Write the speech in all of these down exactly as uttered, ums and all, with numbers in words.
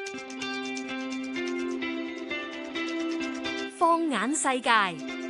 放眼世界。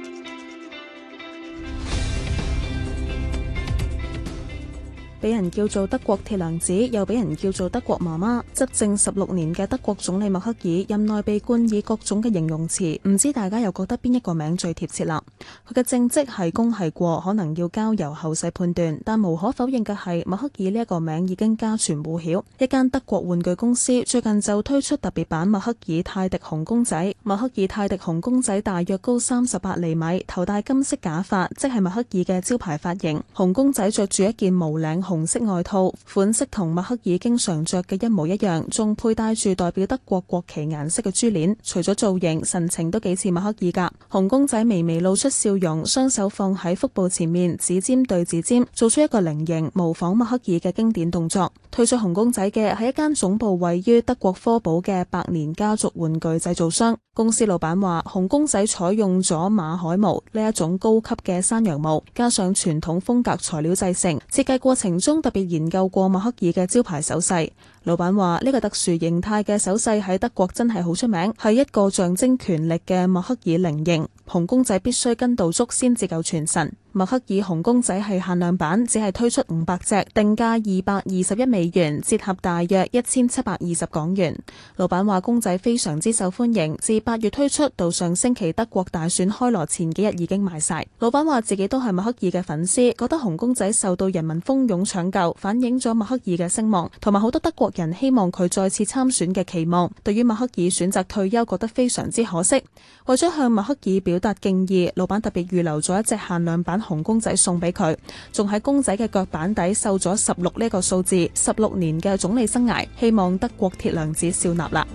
俾人叫做德國鐵娘子，又俾人叫做德國媽媽，執政十六年嘅德國總理默克爾任內被冠以各種嘅形容詞，唔知大家又覺得邊一個名最貼切啦？佢嘅政績係功係過，可能要交由後世判斷，但無可否認嘅係，默克爾呢一個名已經家傳戶曉。一間德國玩具公司最近就推出特別版默克爾泰迪熊公仔。默克爾泰迪熊公仔大約高三十八厘米，頭戴金色假髮，即係默克爾嘅招牌髮型。熊公仔着住一件無領紅色外套，款式同默克爾經常着嘅一模一樣，仲佩戴住代表德國國旗顏色嘅珠鏈。除咗造型，神情都幾似默克爾㗎。熊公仔微微露出笑容，雙手放喺腹部前面，指尖對指尖，做出一個菱形，模仿默克爾嘅經典動作。推出熊公仔嘅係一間總部位於德國科堡嘅百年家族玩具製造商。公司老闆話，熊公仔採用咗馬海毛呢一種高級嘅山羊毛，加上傳統風格材料製成。設計過程中特別研究過默克爾嘅招牌手勢。老闆話，呢個特殊形態嘅手勢喺德國真係好出名，係一個象徵權力嘅默克爾菱形。熊公仔必須跟到足先至夠全神。默克爾熊公仔係限量版，只係推出五百隻，定價二百二十一美元，折合大約一千七百二十港元。老闆話公仔非常之受歡迎，自八月推出到上星期德國大選開鑼前幾日已經賣晒。老闆話自己都係默克爾嘅粉絲，覺得熊公仔受到人民蜂擁搶購，反映咗默克爾嘅聲望，同埋好多德國人希望佢再次參選嘅期望。對於默克爾選擇退休，覺得非常之可惜。為咗向默克爾表達敬意，老闆特別預留咗一隻限量版熊公仔送俾佢，仲喺公仔嘅腳板底繡咗十六呢個數字，十六年嘅總理生涯，希望德國鐵娘子笑納啦。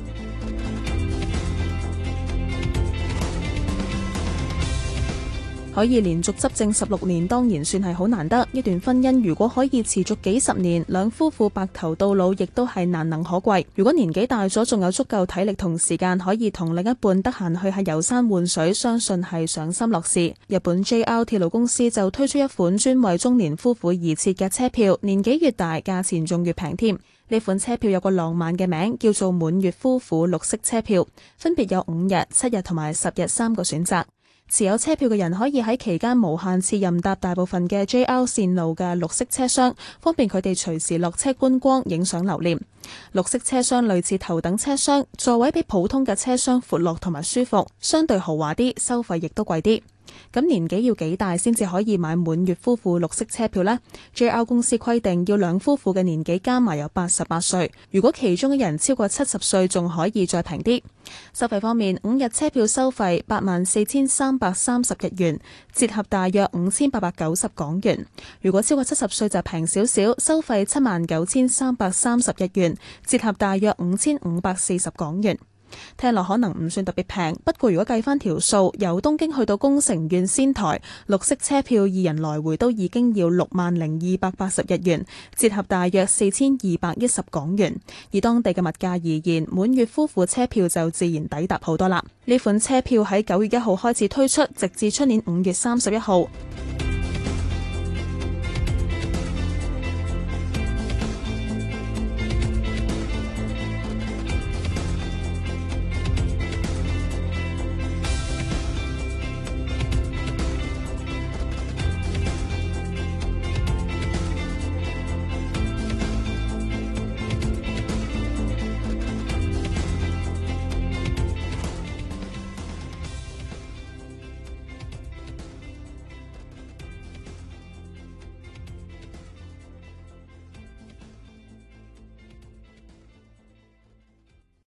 可以連續執政十六年，當然算係好難得。一段婚姻如果可以持續幾十年，兩夫婦白頭到老，亦都係難能可貴。如果年紀大咗，仲有足夠體力同時間，可以同另一半得閒去下遊山玩水，相信係賞心樂事。日本 J R 鐵路公司就推出一款專為中年夫婦而設嘅車票，年紀越大，價錢仲越平添。呢款車票有個浪漫嘅名，叫做滿月夫婦綠色車票，分別有五日、七日同埋十日三個選擇。持有車票嘅人可以喺期間無限次任搭大部分嘅 J R 線路嘅綠色車廂，方便佢哋隨時落車觀光、影相留念。綠色車廂類似頭等車廂，座位比普通嘅車廂闊落同埋舒服，相對豪華啲，收費亦都貴啲。咁年紀要幾大先至可以買滿月夫婦綠色車票呢？ J R 公司規定要兩夫婦嘅年紀加埋有八十八歲，如果其中一人超過七十歲，仲可以再平啲。收費方面，五日車票收費八萬四千三百三十日元，折合大約五千八百九十港元。如果超過七十歲就平少少，收費七萬九千三百三十日元，折合大約五千五百四十港元。聽落可能唔算特別平，不過如果計翻條數，由東京去到宮城縣仙台，綠色車票二人來回都已經要六萬零二百八十日元，折合大約四千二百一十港元。以當地嘅物價而言，滿月夫婦車票就自然抵搭好多啦。呢款車票喺九月一號開始推出，直至出年五月三十一號。